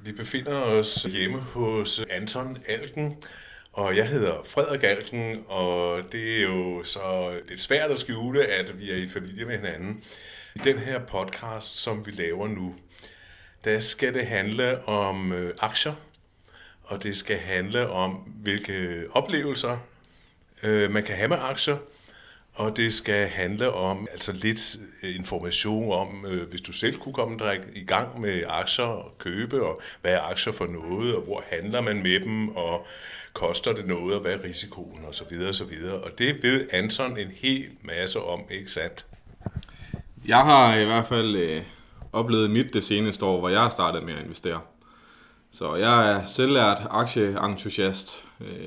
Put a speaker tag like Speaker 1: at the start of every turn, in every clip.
Speaker 1: Vi befinder os hjemme hos Anton Alken, og jeg hedder Frederik Alken, og det er jo så lidt svært at skjule, at vi er i familie med hinanden. I den her podcast, som vi laver nu, der skal det handle om aktier, og det skal handle om, hvilke oplevelser man kan have med aktier, og det skal handle om altså lidt information om, hvis du selv kunne komme i gang med aktier og købe, og hvad er aktier for noget, og hvor handler man med dem, og koster det noget, og hvad er risikoen, og så videre, og så videre. Og det ved Anton en hel masse om, ikke sandt?
Speaker 2: Jeg har i hvert fald oplevet mit det seneste år, hvor jeg har startet med at investere. Så jeg er selvlært aktieentusiast,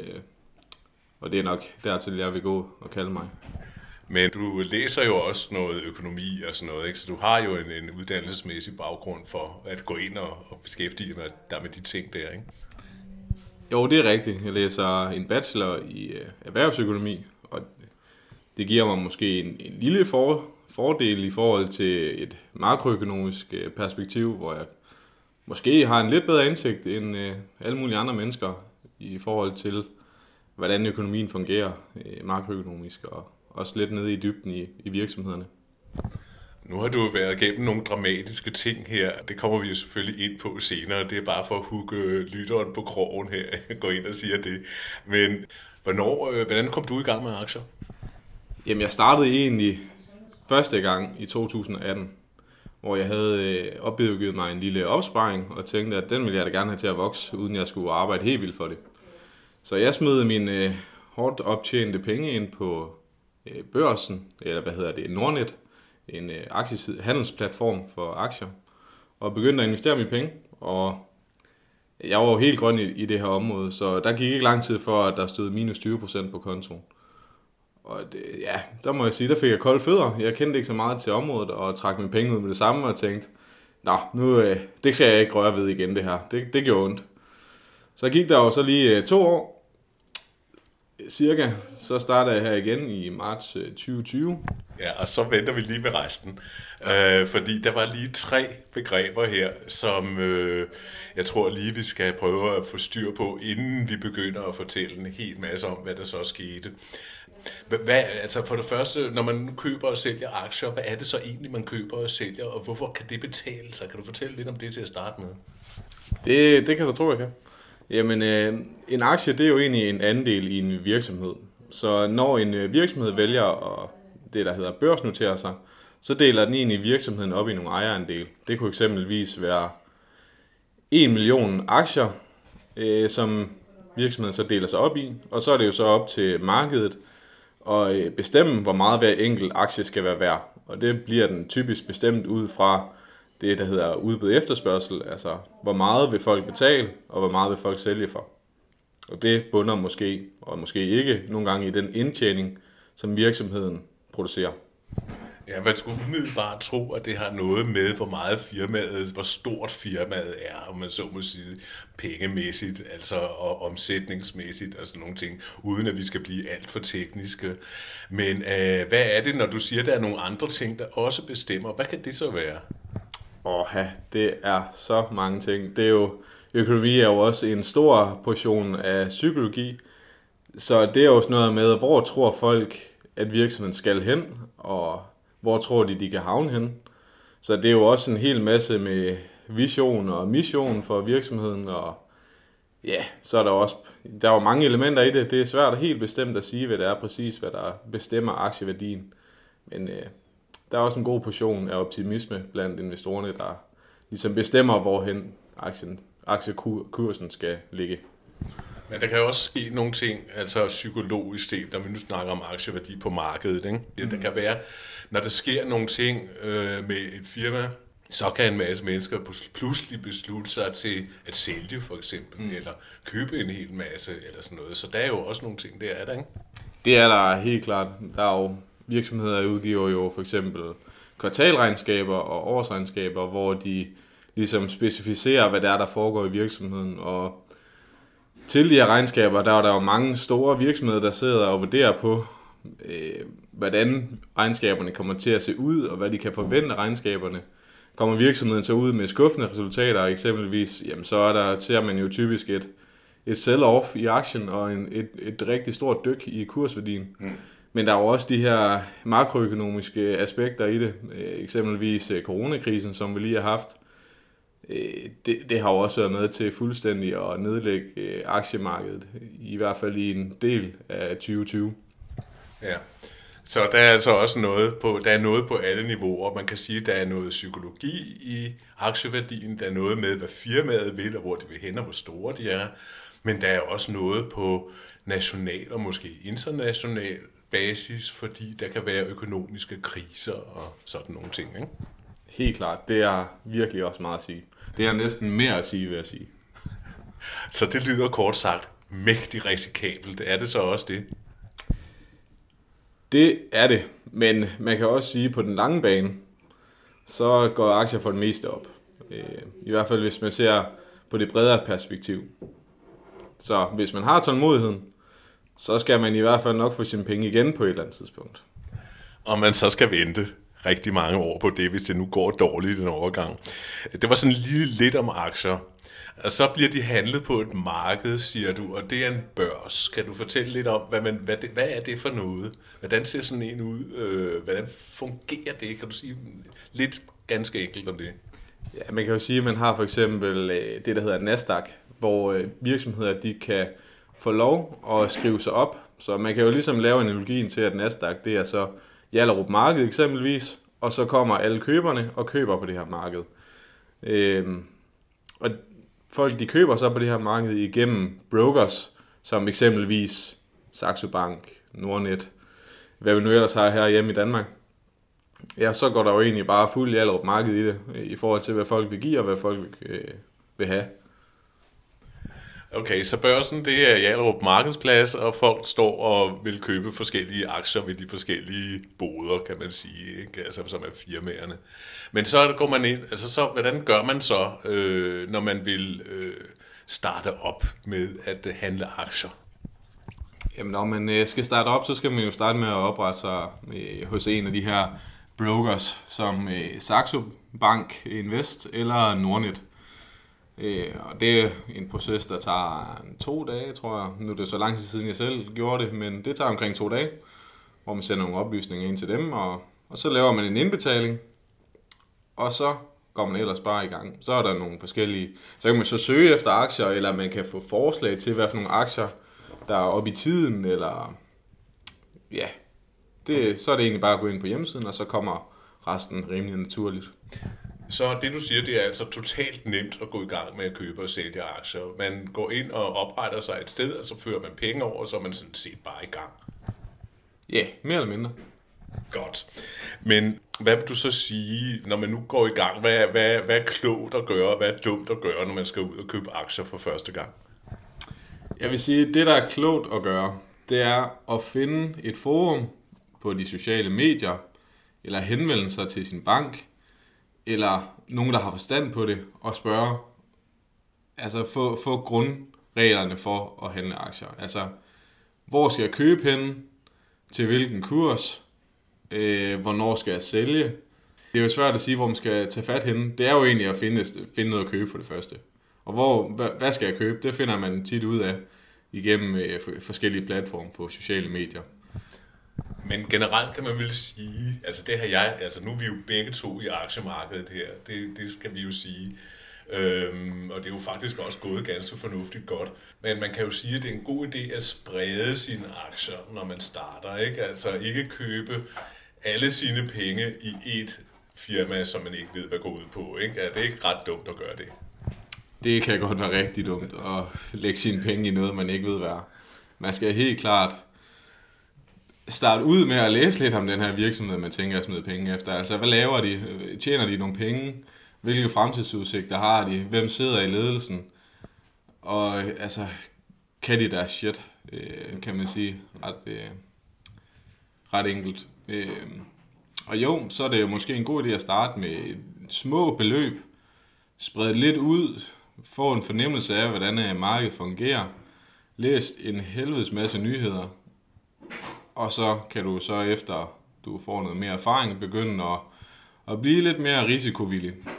Speaker 2: og det er nok dertil, jeg vil gå og kalde mig.
Speaker 1: Men du læser jo også noget økonomi og sådan noget, ikke? Så du har jo en uddannelsesmæssig baggrund for at gå ind og beskæftige dig med de ting der, ikke?
Speaker 2: Jo, det er rigtigt. Jeg læser en bachelor i erhvervsøkonomi, og det giver mig måske en lille fordel i forhold til et makroøkonomisk perspektiv, hvor jeg måske har en lidt bedre indsigt end alle mulige andre mennesker i forhold til, hvordan økonomien fungerer makroøkonomisk, og også lidt nede i dybden i virksomhederne.
Speaker 1: Nu har du været igennem nogle dramatiske ting her. Det kommer vi jo selvfølgelig ind på senere. Det er bare for at hugge lytteren på krogen her. Gå ind og siger det. Men hvordan kom du i gang med aktier?
Speaker 2: Jamen, jeg startede egentlig første gang i 2018, hvor jeg havde opbygget mig en lille opsparing, og tænkte, at den ville jeg da gerne have til at vokse, uden jeg skulle arbejde helt vildt for det. Så jeg smed mine hårdt optjente penge ind på børsen, eller Nordnet, en handelsplatform for aktier, og begyndte at investere mine penge, og jeg var jo helt grøn i det her område, så der gik ikke lang tid for, at der stod minus 20% på kontoen. Og der må jeg sige, der fik jeg kolde fødder. Jeg kendte ikke så meget til området, og trak mine penge ud med det samme, og tænkte, det skal jeg ikke røre ved igen det her. Det gjorde ondt. Så gik der jo så lige 2 år, cirka, så startede jeg her igen i marts 2020.
Speaker 1: Ja, og så venter vi lige med resten. Fordi der var lige 3 begreber her, som jeg tror lige vi skal prøve at få styr på, inden vi begynder at fortælle en hel masse om, hvad der så skete. Altså for det første, når man nu køber og sælger aktier, hvad er det så egentlig, man køber og sælger, og hvorfor kan det betale sig? Kan du fortælle lidt om det til at starte med?
Speaker 2: Det kan du tro, jeg kan. Jamen, en aktie, det er jo egentlig en andel i en virksomhed. Så når en virksomhed vælger det, der hedder børsnotere sig, så deler den egentlig virksomheden op i nogle ejerandel. Det kunne eksempelvis være 1 million aktier, som virksomheden så deler sig op i. Og så er det jo så op til markedet at bestemme, hvor meget hver enkelt aktie skal være værd. Og det bliver den typisk bestemt ud fra det, der hedder udbud efterspørgsel, altså hvor meget vil folk betale, og hvor meget vil folk sælge for. Og det bunder måske, og måske ikke, nogle gange i den indtjening, som virksomheden producerer.
Speaker 1: Ja, man skulle umiddelbart tro, at det har noget med, hvor stort firmaet er, om man så må sige, pengemæssigt, altså og omsætningsmæssigt og sådan nogle ting, uden at vi skal blive alt for tekniske. Men hvad er det, når du siger, at der er nogle andre ting, der også bestemmer? Hvad kan det så være?
Speaker 2: Det er så mange ting. Det er jo, økonomi er jo også en stor portion af psykologi, så det er jo også noget med, hvor tror folk, at virksomheden skal hen, og hvor tror de kan havne hen. Så det er jo også en hel masse med vision og mission for virksomheden, og ja, så er der er jo mange elementer i det. Det er svært at helt bestemt at sige, hvad det er præcis, hvad der bestemmer aktieværdien. Men der er også en god portion af optimisme blandt investorerne, der ligesom bestemmer, hvorhen aktiekursen skal ligge.
Speaker 1: Men der kan jo også ske nogle ting, altså psykologisk set, når vi nu snakker om aktieværdi på markedet, ikke? Der kan være, når der sker nogle ting med et firma, så kan en masse mennesker pludselig beslutte sig til at sælge for eksempel, eller købe en hel masse, eller sådan noget. Så der er jo også nogle ting, der er der, ikke?
Speaker 2: Det er der helt klart. Der er jo virksomheder, der udgiver jo for eksempel kvartalregnskaber og årsregnskaber, hvor de ligesom specificerer, hvad det er, der foregår i virksomheden. Og til de her regnskaber, der er der jo mange store virksomheder, der sidder og vurderer på, hvordan regnskaberne kommer til at se ud, og hvad de kan forvente regnskaberne Kommer virksomheden så ud med skuffende resultater eksempelvis, jamen ser man jo typisk et sell-off i aktien og et rigtig stort dyk i kursværdien. Men der er jo også de her makroøkonomiske aspekter i det, eksempelvis coronakrisen, som vi lige har haft. Det har jo også været med til fuldstændig at nedlægge aktiemarkedet, i hvert fald i en del af 2020.
Speaker 1: Ja, så der er altså også noget på alle niveauer. Man kan sige, at der er noget psykologi i aktieværdien, der er noget med, hvad firmaet vil, og hvor de vil hen, og hvor store de er. Men der er også noget på national og måske international basis, fordi der kan være økonomiske kriser og sådan nogle ting, ikke?
Speaker 2: Helt klart, det er virkelig også meget at sige. Det er næsten mere at sige, vil jeg sige.
Speaker 1: Så det lyder kort sagt mægtig risikabelt. Er det så også det?
Speaker 2: Det er det, men man kan også sige, at på den lange bane, så går aktier for det meste op. I hvert fald hvis man ser på det bredere perspektiv. Så hvis man har tålmodigheden, så skal man i hvert fald nok få sine penge igen på et eller andet tidspunkt.
Speaker 1: Og man så skal vente rigtig mange år på det, hvis det nu går dårligt i den overgang. Det var sådan lige lidt om aktier. Og så bliver de handlet på et marked, siger du, og det er en børs. Kan du fortælle lidt om, hvad er det for noget? Hvordan ser sådan en ud? Hvordan fungerer det? Kan du sige lidt ganske enkelt om det?
Speaker 2: Ja, man kan jo sige, at man har for eksempel det, der hedder Nasdaq, hvor virksomheder de kan få lov at skrive sig op. Så man kan jo ligesom lave analogien til, at Nasdaq det er så Hjallerup Marked eksempelvis, og så kommer alle køberne og køber på det her marked. Og folk de køber så på det her marked igennem brokers, som eksempelvis Saxo Bank, Nordnet, hvad vi nu ellers har her hjemme i Danmark. Ja, så går der jo egentlig bare fuld Hjallerup Marked i det, i forhold til hvad folk vil give og hvad folk vil have.
Speaker 1: Okay, så børsen det er Hjallerup Markedsplads, og folk står og vil købe forskellige aktier ved de forskellige boder, kan man sige, ikke? Altså, som er firmaerne. Men så går man ind, altså så, hvordan gør man så, når man vil starte op med at handle aktier?
Speaker 2: Jamen, når man skal starte op, så skal man jo starte med at oprette sig hos en af de her brokers, som Saxo Bank Invest eller Nordnet. Og det er en proces, der tager 2 dage, tror jeg. Nu er det så lang tid siden, jeg selv gjorde det, men det tager omkring 2 dage, hvor man sender nogle oplysninger ind til dem, og så laver man en indbetaling, og så går man ellers bare i gang. Så er der nogle forskellige, så kan man så søge efter aktier, eller man kan få forslag til, hvad for nogle aktier, der er oppe i tiden, eller ja, så er det egentlig bare at gå ind på hjemmesiden, og så kommer resten rimelig naturligt.
Speaker 1: Så det du siger, det er altså totalt nemt at gå i gang med at købe og sælge aktier. Man går ind og opretter sig et sted, og så fører man penge over, og så er man sådan set bare i gang.
Speaker 2: Ja, mere eller mindre.
Speaker 1: Godt. Men hvad vil du så sige, når man nu går i gang? Hvad er klogt at gøre, og hvad er dumt at gøre, når man skal ud og købe aktier for første gang?
Speaker 2: Jeg vil sige, at det, der er klogt at gøre, det er at finde et forum på de sociale medier, eller henvende sig til sin bank, eller nogen, der har forstand på det, og spørge, altså få grundreglerne for at handle aktier. Altså, hvor skal jeg købe henne, til hvilken kurs, hvornår skal jeg sælge. Det er jo svært at sige, hvor man skal tage fat henne. Det er jo egentlig at finde noget at købe for det første. Og hvad skal jeg købe, det finder man tit ud af igennem forskellige platforme på sociale medier.
Speaker 1: Men generelt kan man vel sige, altså det har jeg, altså nu er vi jo begge to i aktiemarkedet her, det skal vi jo sige, og det er jo faktisk også gået ganske fornuftigt godt. Men man kan jo sige, at det er en god idé at sprede sine aktier, når man starter, ikke? Altså ikke købe alle sine penge i et firma, som man ikke ved, hvad går ud på, ikke? Er det ikke ret dumt at gøre det?
Speaker 2: Det kan godt være rigtig dumt at lægge sine penge i noget, man ikke ved, hvad er. Man skal helt klart starte ud med at læse lidt om den her virksomhed, man tænker at smide penge efter. Altså, hvad laver de? Tjener de nogle penge? Hvilke fremtidsudsigter har de? Hvem sidder i ledelsen? Og altså, kan de deres shit, kan man sige, ret enkelt. Og jo, så er det jo måske en god idé at starte med små beløb, sprede lidt ud, få en fornemmelse af, hvordan markedet fungerer, læs en helvedes masse nyheder, og så kan du så efter du får noget mere erfaring begynde at blive lidt mere risikovillig.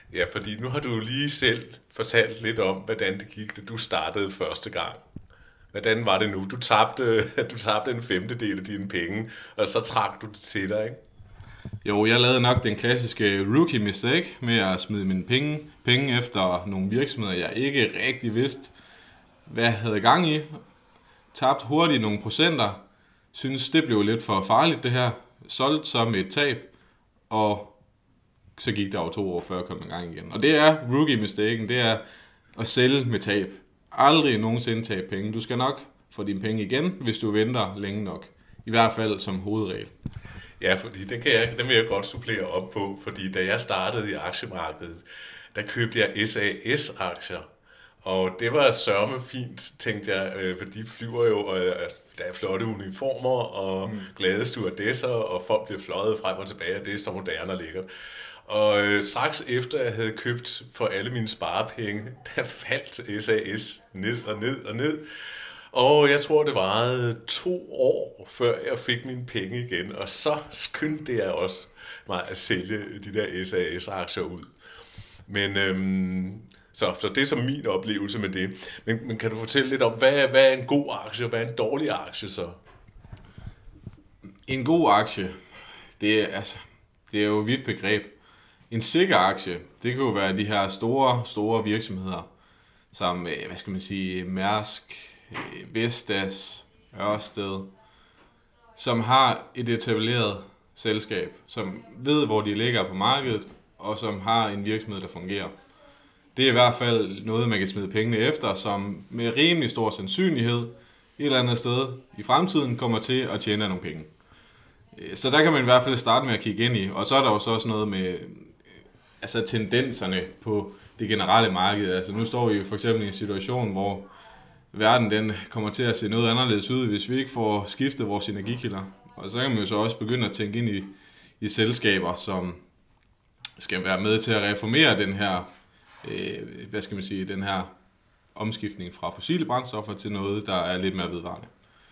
Speaker 1: Ja, fordi nu har du lige selv fortalt lidt om, hvordan det gik, da du startede første gang. Hvordan var det nu? Du tabte en femtedel af dine penge, og så trak du det til dig, ikke?
Speaker 2: Jo, jeg lavede nok den klassiske rookie mistake med at smide mine penge efter nogle virksomheder, jeg ikke rigtig vidste, hvad jeg havde gang i. Tabte hurtigt nogle procenter. Synes det blev lidt for farligt det her. Solgte så med et tab, og så gik der over 2 år, før jeg kom i gang igen. Og det er rookie-mistaken, det er at sælge med tab. Aldrig nogensinde tabe penge. Du skal nok få dine penge igen, hvis du venter længe nok. I hvert fald som hovedregel.
Speaker 1: Ja, fordi den vil jeg godt supplere op på, fordi da jeg startede i aktiemarkedet, der købte jeg SAS-aktier. Og det var sørme fint, tænkte jeg, for de flyver jo, og der er flotte uniformer og glade stewardesser, og folk bliver fløjet frem og tilbage, og det er så moderne og lækkert. Og straks efter jeg havde købt for alle mine sparepenge, der faldt SAS ned og ned og ned. Og jeg tror, det varede 2 år, før jeg fik mine penge igen, og så skyndte jeg også mig at sælge de der SAS-aktier ud. Men så det er så min oplevelse med det. Men kan du fortælle lidt om, hvad er en god aktie, og hvad er en dårlig aktie så?
Speaker 2: En god aktie, det er jo et vidt begreb. En sikker aktie, det kan jo være de her store virksomheder, som, Mærsk, Vestas, Ørsted, som har et etableret selskab, som ved, hvor de ligger på markedet, og som har en virksomhed, der fungerer. Det er i hvert fald noget, man kan smide pengene efter, som med rimelig stor sandsynlighed et eller andet sted i fremtiden kommer til at tjene nogle penge. Så der kan man i hvert fald starte med at kigge ind i. Og så er der jo så også noget med tendenserne på det generelle marked. Altså nu står vi jo for eksempel i en situation, hvor verden den kommer til at se noget anderledes ud, hvis vi ikke får skiftet vores energikilder. Og så kan man jo så også begynde at tænke ind i selskaber, som skal være med til at reformere den her, den her omskiftning fra fossile brændstoffer til noget, der er lidt mere vedvarende.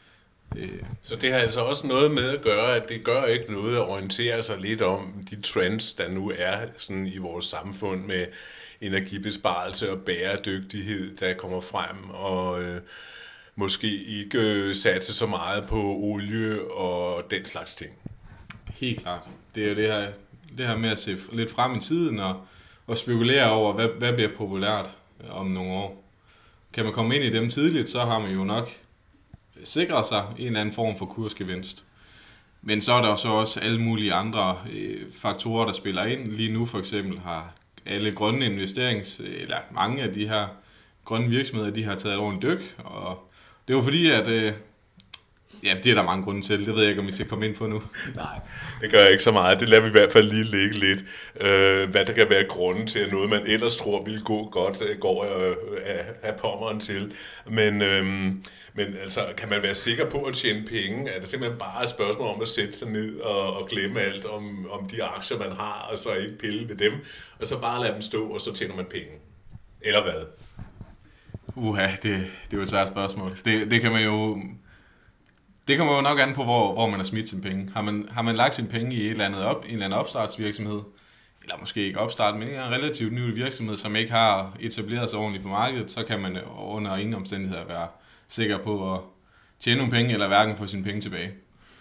Speaker 1: Så det har altså også noget med at gøre, at det gør ikke noget at orientere sig lidt om de trends, der nu er sådan i vores samfund med energibesparelse og bæredygtighed, der kommer frem, og måske ikke satse så meget på olie og den slags ting.
Speaker 2: Helt klart. Det er jo det her med at se lidt frem i tiden og spekulere over, hvad bliver populært om nogle år. Kan man komme ind i dem tidligt, så har man jo nok sikret sig en eller anden form for kursgevinst. Men så er der jo så også alle mulige andre faktorer, der spiller ind. Lige nu for eksempel har alle grønne eller mange af de her grønne virksomheder, de har taget et ordentligt dyk. Og det er jo fordi, at det er der mange grunde til. Det ved jeg ikke, om vi skal komme ind på nu.
Speaker 1: Nej, det gør jeg ikke så meget. Det lader vi i hvert fald lige ligge lidt. Hvad der kan være grunden til, at noget, man ellers tror ville gå godt, går af pommeren til. Men altså, kan man være sikker på at tjene penge? Er det simpelthen bare et spørgsmål om at sætte sig ned og glemme alt om de aktier, man har, og så ikke pille ved dem, og så bare lade dem stå, og så tjener man penge? Eller hvad?
Speaker 2: Det er jo et svært spørgsmål. Det kan man jo... Det kommer jo nok an på, hvor man har smidt sine penge. Har man lagt sine penge i en eller anden opstartsvirksomhed, eller måske ikke opstart, men en relativt ny virksomhed, som ikke har etableret sig ordentligt på markedet, så kan man under ingen omstændigheder være sikker på at tjene nogle penge, eller hverken få sine penge tilbage.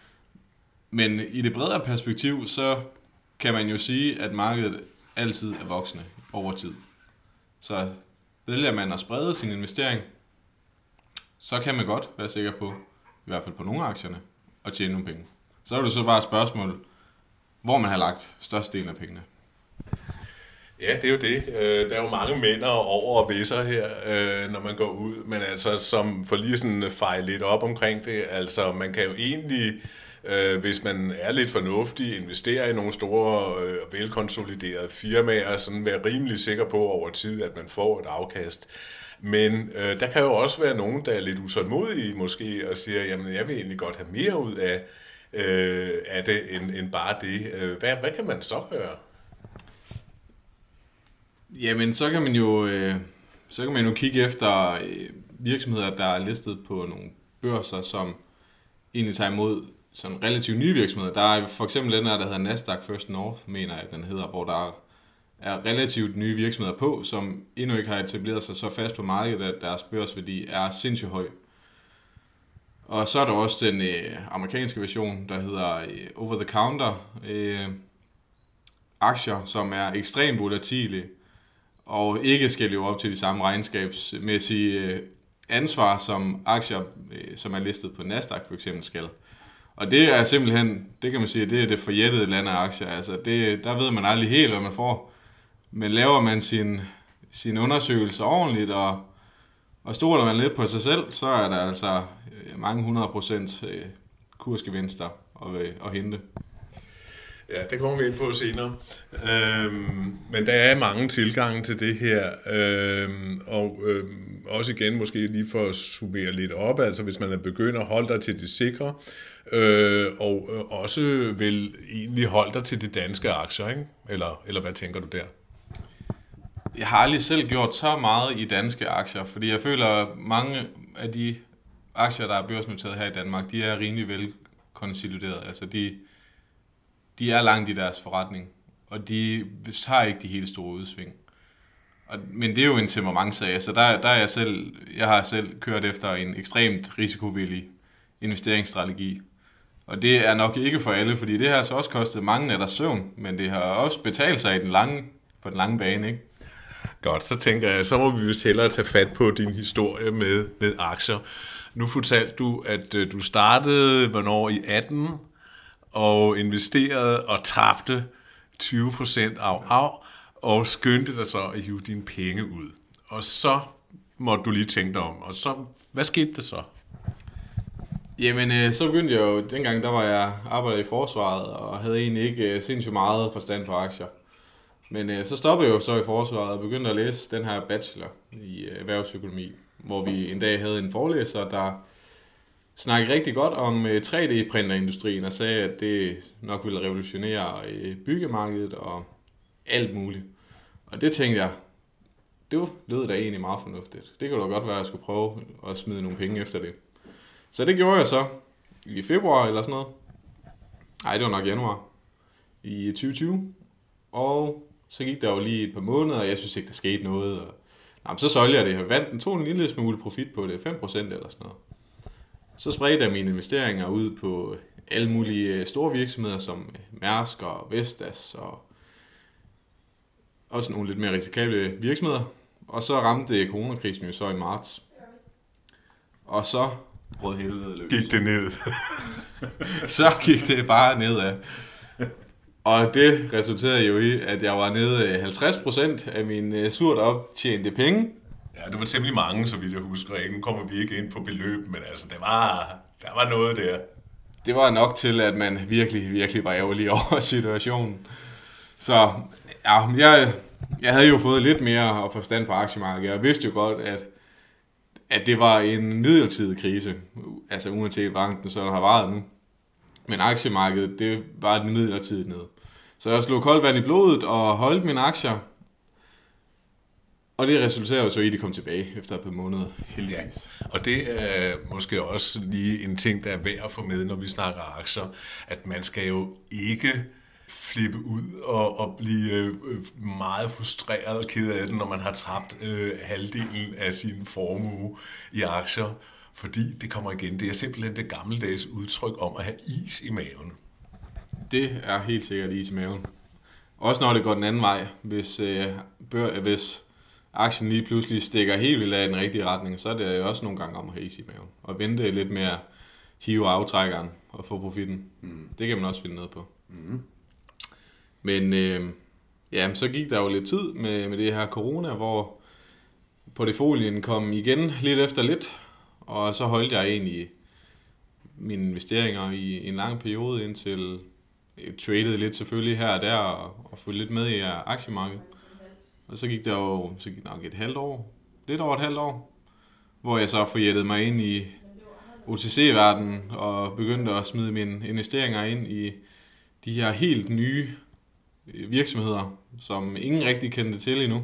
Speaker 2: Men i det bredere perspektiv, så kan man jo sige, at markedet altid er voksende over tid. Så vælger man at sprede sin investering, så kan man godt være sikker på, i hvert fald på nogle af aktierne, og tjene nogle penge. Så er det så bare et spørgsmål, hvor man har lagt størstedelen af pengene.
Speaker 1: Ja, det er jo det. Der er jo mange mænd over og visser her, når man går ud. Men altså, som for lige sådan fejle lidt op omkring det, altså man kan jo egentlig, hvis man er lidt fornuftig, investere i nogle store, velkonsoliderede firmaer, og sådan være rimelig sikker på over tid, at man får et afkast. Men der kan jo også være nogen, der er lidt utålmodige måske, og siger, jamen jeg vil egentlig godt have mere ud af det, end bare det. Hvad kan man så gøre?
Speaker 2: Jamen, så kan man jo kigge efter virksomheder, der er listet på nogle børser, som egentlig tager imod sådan relativt nye virksomheder. Der er for eksempel den der hedder Nasdaq First North, mener jeg, den hedder, hvor der er er relativt nye virksomheder på, som endnu ikke har etableret sig så fast på markedet, at deres børsværdi er sindssygt høj. Og så er der også den amerikanske version, der hedder over-the-counter aktier, som er ekstremt volatile og ikke skal leve op til de samme regnskabsmæssige ansvar, som aktier, som er listet på Nasdaq for eksempel skal. Og det er simpelthen, det kan man sige, det er det forjættede land af aktier. Altså der ved man aldrig helt, hvad man får. Men laver man sin undersøgelse ordentligt, og stoler man lidt på sig selv, så er der altså mange 100% kursgevinster at hente.
Speaker 1: Ja, det kommer vi ind på senere. Men der er mange tilgange til det her, og også igen måske lige for at summere lidt op, altså hvis man er begyndt at holde dig til det sikre, og også vil egentlig holde dig til de danske aktier, ikke? Eller hvad tænker du der?
Speaker 2: Jeg har aldrig selv gjort så meget i danske aktier, fordi jeg føler, at mange af de aktier, der er børsnoteret her i Danmark, de er rimelig vel konsolideret. Altså de er langt i deres forretning, og de har ikke de helt store udsving. Men det er jo en temperamentsag, så der er jeg har selv kørt efter en ekstremt risikovillig investeringsstrategi. Og det er nok ikke for alle, fordi det har så også kostet mange nætters søvn, men det har også betalt sig på den lange bane, ikke?
Speaker 1: Godt, så tænker jeg, så må vi vist hellere tage fat på din historie med aktier. Nu fortalte du, at du startede, hvornår i 18, og investerede og tabte 20% af, og skyndte dig så at hive dine penge ud. Og så måtte du lige tænke dig om, og så, hvad skete der så?
Speaker 2: Jamen, så begyndte jeg jo, dengang der var jeg arbejdet i forsvaret, og havde egentlig ikke sindssygt meget forstand på aktier. Men så stoppede jeg jo så i forsvaret og begyndte at læse den her bachelor i erhvervsøkonomi, hvor vi en dag havde en forelæser, der snakkede rigtig godt om 3D-printerindustrien og sagde, at det nok ville revolutionere byggemarkedet og alt muligt. Og det tænkte jeg, det lød da egentlig meget fornuftigt. Det kunne da godt være, at jeg skulle prøve at smide nogle penge efter det. Så det gjorde jeg så i februar eller sådan noget. Nej, det var nok januar i 2020. Og så gik der jo lige et par måneder, og jeg synes ikke, der skete noget. Så solgte jeg det. Jeg vandt tog en lille smule profit på det, 5% eller sådan noget. Så spredte jeg mine investeringer ud på alle mulige store virksomheder, som Mærsk og Vestas, og også nogle lidt mere risikable virksomheder. Og så ramte coronakrisen jo så i marts. Og så brød helvede løs.
Speaker 1: Gik det ned?
Speaker 2: Så gik det bare nedad. Og det resulterede jo i, at jeg var nede 50% af mine surt optjente penge.
Speaker 1: Ja, det var temmelig mange, så vidt jeg husker. Nu kommer vi ikke ind på beløb, men altså, der var noget der.
Speaker 2: Det var nok til, at man virkelig, virkelig var ærgerlig over situationen. Så ja, jeg havde jo fået lidt mere forstand på aktiemarkedet. Jeg vidste jo godt, at det var en midlertidig krise. Altså uanset hvor langt den så har varet nu. Men aktiemarkedet, det var et midlertidigt ned. Så jeg slog koldt vand i blodet og holdt mine aktier. Og det resulterer jo så i, at de kom tilbage efter et par måneder, heldigvis.
Speaker 1: Ja, og det er måske også lige en ting, der er værd at få med, når vi snakker aktier, at man skal jo ikke flippe ud og blive meget frustreret og ked af det, når man har tabt halvdelen af sin formue i aktier, fordi det kommer igen. Det er simpelthen det gammeldags udtryk om at have is i maven.
Speaker 2: Det er helt sikkert is i maven. Også når det går den anden vej. Hvis aktien lige pludselig stikker helt vildt af i den rigtige retning, så er det også nogle gange om at have is i maven. Og vente lidt med at hive aftrækkeren og få profitten. Det kan man også finde noget på. Men så gik der jo lidt tid med det her corona, hvor portefolien kom igen lidt efter lidt. Og så holdt jeg egentlig mine investeringer i en lang periode, indtil jeg tradede lidt selvfølgelig her og der, og fulgte lidt med i aktiemarkedet. Og så gik der jo nok lidt over et halvt år, hvor jeg så forjættede mig ind i OTC-verdenen, og begyndte at smide mine investeringer ind i de her helt nye virksomheder, som ingen rigtig kendte til endnu.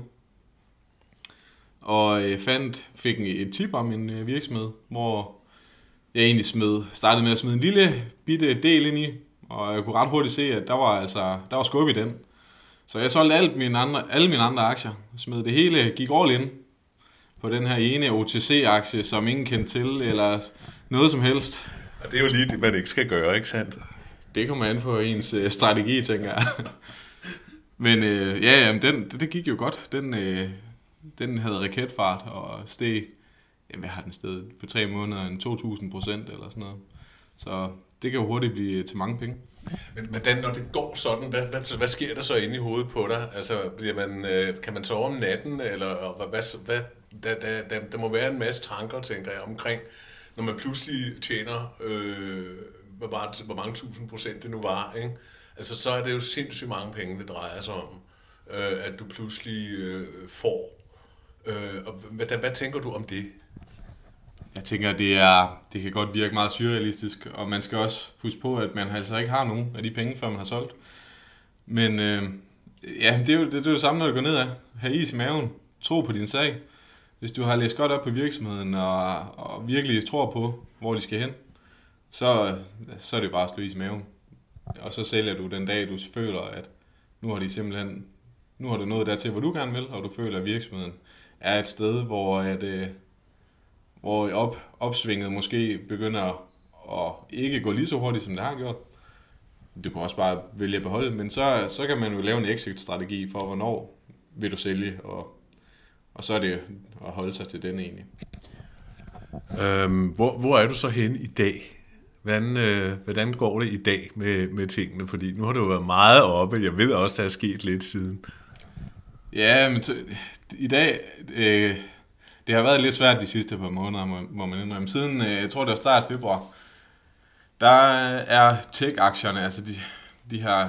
Speaker 2: Og fik et tip om en virksomhed, hvor jeg egentlig startede med at smide en lille bitte del ind i, og jeg kunne ret hurtigt se, at der var skub i den. Så jeg solgte alle mine andre aktier, smed det hele, gik all in på den her ene OTC-aktie, som ingen kendte til, eller noget som helst.
Speaker 1: Og det er jo lige det, man ikke skal gøre, ikke sandt?
Speaker 2: Det kommer an på ens strategi, tænker jeg. Men det gik jo godt. Den havde raketfart og steg, hvad har den steget på 3 måneder, en 2.000% eller sådan noget. Så det kan jo hurtigt blive til mange penge.
Speaker 1: Men Dan, når det går sådan, hvad sker der så inde i hovedet på dig? Altså, kan man sove om natten, eller der må være en masse tanker, tænker jeg, omkring, når man pludselig tjener, hvor mange 1000% det nu var, ikke? Altså, så er det jo sindssygt mange penge, det drejer sig om, at du pludselig får. Hvad tænker du om det?
Speaker 2: Jeg tænker, det kan godt virke meget surrealistisk, og man skal også huske på, at man altså ikke har nogen af de penge, før man har solgt. Men det er jo det samme, når det går nedad. Ha' is i maven. Tro på din sag. Hvis du har læst godt op på virksomheden og virkelig tror på, hvor de skal hen, så er det bare at slå is i maven. Og så sælger du den dag, du føler, at nu har du nået dertil, hvor du gerne vil, og du føler, at virksomheden er et sted, hvor opsvinget måske begynder at ikke gå lige så hurtigt, som det har gjort. Du kan også bare vælge at beholde, men så kan man jo lave en exit-strategi for, hvornår vil du sælge, og så er det at holde sig til den egentlig.
Speaker 1: Hvor er du så henne i dag? Hvordan går det i dag med tingene? Fordi nu har det jo været meget oppe. Jeg ved også, der er sket lidt siden.
Speaker 2: Ja, men i dag... det har været lidt svært de sidste par måneder, må man indrømme. Siden, jeg tror det var start februar, der er tech-aktierne, altså de her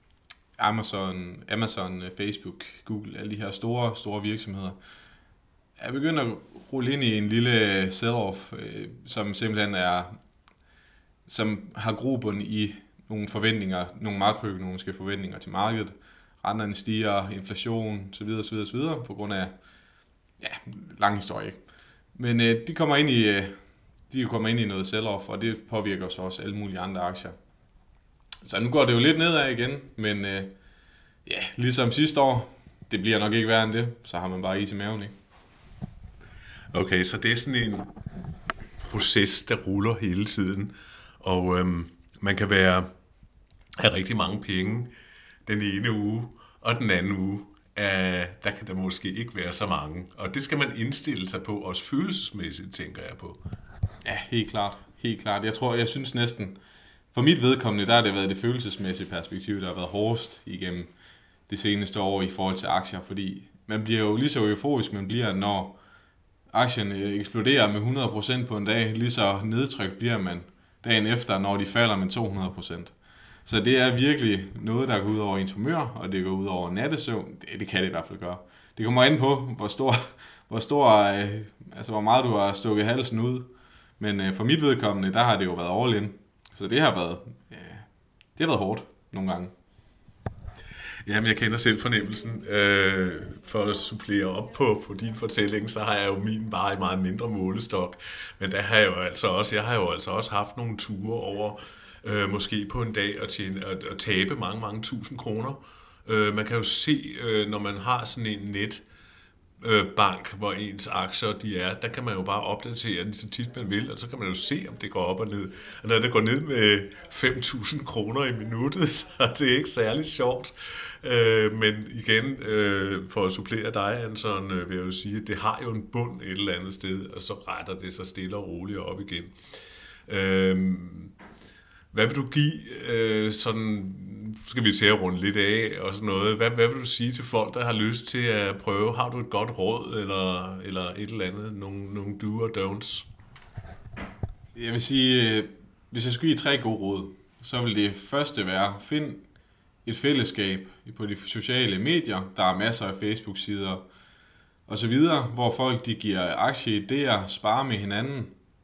Speaker 2: Amazon, Facebook, Google, alle de her store virksomheder, er begyndt at rulle ind i en lille sell-off, som simpelthen som har grobund i nogle forventninger, nogle makroøkonomiske forventninger til markedet. Renterne stiger, inflation, så videre, på grund af, lang historie, ikke? Men de kommer ind i noget sell-off, og det påvirker så også alle mulige andre aktier. Så nu går det jo lidt nedad igen, men ligesom sidste år, det bliver nok ikke værre end det, så har man bare is i maven, ikke?
Speaker 1: Okay, så det er sådan en proces, der ruller hele tiden, og man kan have rigtig mange penge den ene uge, og den anden uge, der kan der måske ikke være så mange. Og det skal man indstille sig på, også følelsesmæssigt, tænker jeg på.
Speaker 2: Ja, helt klart. Jeg synes næsten, for mit vedkommende, der har det været det følelsesmæssige perspektiv, der har været hårdest igennem det seneste år i forhold til aktier, fordi man bliver jo lige så euforisk, man bliver, når aktien eksploderer med 100% på en dag, lige så nedtrykt bliver man dagen efter, når de falder med 200%. Så det er virkelig noget, der går ud over ens humør, og det går ud over nattesøvn. Det kan det i hvert fald gøre. Det kommer an på, hvor meget du har stukket halsen ud. Men for mit vedkommende, der har det jo været all in. Så det har været hårdt nogle gange.
Speaker 1: Jamen, jeg kender selv fornemmelsen. For at supplere op på din fortælling, så har jeg jo min bare i meget mindre målestok. Men der har jeg jo altså også haft nogle ture over måske på en dag at tabe mange tusind kroner. Man kan jo se, når man har sådan en netbank, hvor ens aktier de er, der kan man jo bare opdatere den så tit man vil, og så kan man jo se, om det går op og ned. Og når det går ned med 5.000 kroner i minuttet, så er det ikke særlig sjovt. Men igen, for at supplere dig, Anton, vil jeg jo sige, at det har jo en bund et eller andet sted, og så retter det sig stille og roligt op igen. Hvad vil du give, sådan, skal vi til at runde lidt af og sådan noget, hvad vil du sige til folk, der har lyst til at prøve? Har du et godt råd, eller et eller andet, nogle do og don'ts?
Speaker 2: Jeg vil sige, hvis jeg skulle give 3 gode råd, så vil det første være, find et fællesskab på de sociale medier. Der er masser af Facebook-sider og så videre, hvor folk de giver aktieidéer, sparer med hinanden.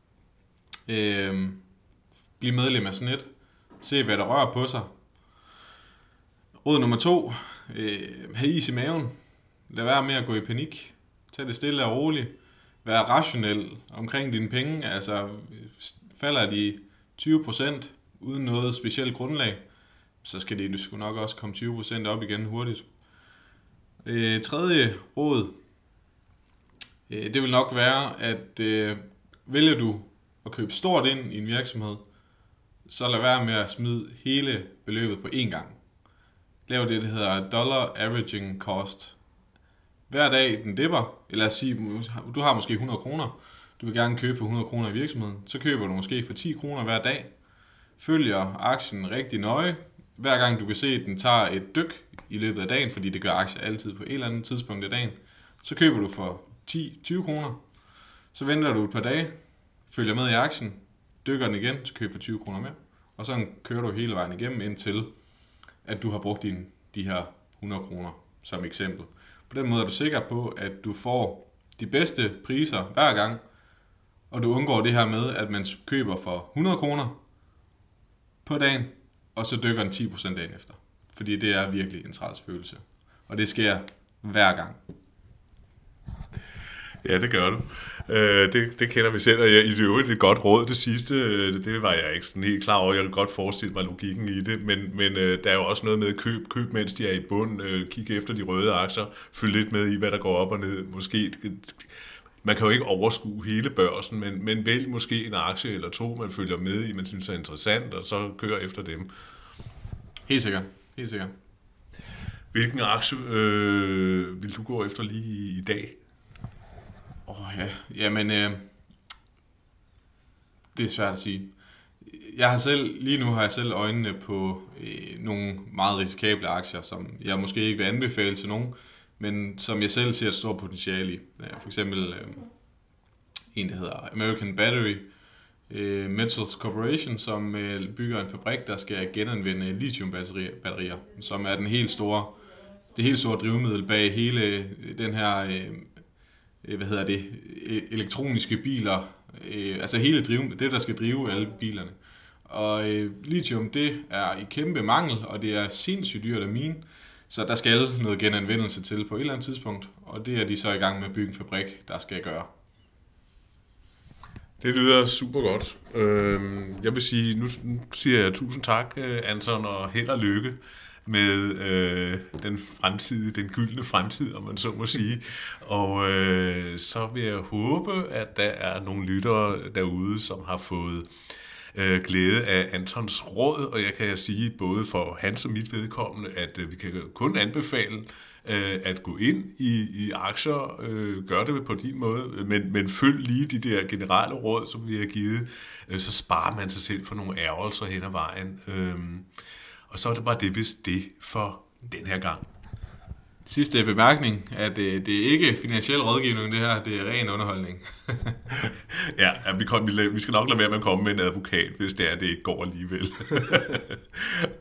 Speaker 2: Bliv medlem af sådan et. Se, hvad der rører på sig. Råd nummer 2. Ha' is i maven. Lad være med at gå i panik. Tag det stille og roligt. Vær rationel omkring dine penge. Altså, falder de 20% uden noget specielt grundlag, så skal det sgu nok også komme 20% op igen hurtigt. Tredje råd, det vil nok være, at vælger du at købe stort ind i en virksomhed, så lad være med at smide hele beløbet på én gang. Lav det, der hedder dollar averaging cost. Hver dag den dipper, eller lad os sige, du har måske 100 kroner, du vil gerne købe for 100 kroner i virksomheden, så køber du måske for 10 kroner hver dag, følger aktien rigtig nøje, hver gang du kan se, at den tager et dyk i løbet af dagen, fordi det gør aktier altid på et eller andet tidspunkt af dagen, så køber du for 10-20 kroner, så venter du et par dage, følger med i aktien, dykker den igen, så køber for 20 kroner mere, og så kører du hele vejen igennem indtil, at du har brugt de her 100 kroner som eksempel. På den måde er du sikker på, at du får de bedste priser hver gang, og du undgår det her med, at man køber for 100 kroner på dagen, og så dykker den 10% dagen efter. Fordi det er virkelig en træls følelse. Og det sker hver gang.
Speaker 1: Ja, det gør du. Det kender vi selv, og i det øvrigt et godt råd det sidste, det var jeg ikke sådan helt klar over. Jeg kan godt forestille mig logikken i det, men der er jo også noget med køb mens de er i bund, kig efter de røde aktier, følg lidt med i, hvad der går op og ned. Måske, man kan jo ikke overskue hele børsen, men vælg måske en aktie eller to, man følger med i, man synes er interessant, og så kør efter dem.
Speaker 2: Helt sikkert.
Speaker 1: Hvilken aktie vil du gå efter lige i dag?
Speaker 2: Ja, jamen, det er svært at sige. Lige nu har jeg selv øjnene på nogle meget risikable aktier, som jeg måske ikke vil anbefale til nogen, men som jeg selv ser et stort potentiale i. For eksempel en, der hedder American Battery Metals Corporation, som bygger en fabrik, der skal genanvende lithiumbatterier, som er det helt store drivmiddel bag hele den her elektroniske biler, altså hele det, der skal drive alle bilerne. Og lithium, det er i kæmpe mangel, og det er sindssygt dyrt at mine, så der skal noget genanvendelse til på et eller andet tidspunkt, og det er de så i gang med at bygge en fabrik, der skal gøre.
Speaker 1: Det lyder super godt. Jeg vil sige, nu siger jeg tusind tak, Anton, og held og lykke med den gyldne fremtid, om man så må sige. Og så vil jeg håbe, at der er nogle lyttere derude, som har fået glæde af Antons råd, og jeg kan sige både for hans og mit vedkommende, at vi kan kun anbefale at gå ind i aktier, gør det på din måde, men følg lige de der generelle råd, som vi har givet, så sparer man sig selv for nogle ærgelser hen ad vejen. Og så er det bare det for den her gang.
Speaker 2: Sidste bemærkning, at det er ikke finansiel rådgivning, det her, det er ren underholdning.
Speaker 1: Ja, vi skal nok lade være med at komme med en advokat, hvis det ikke går alligevel.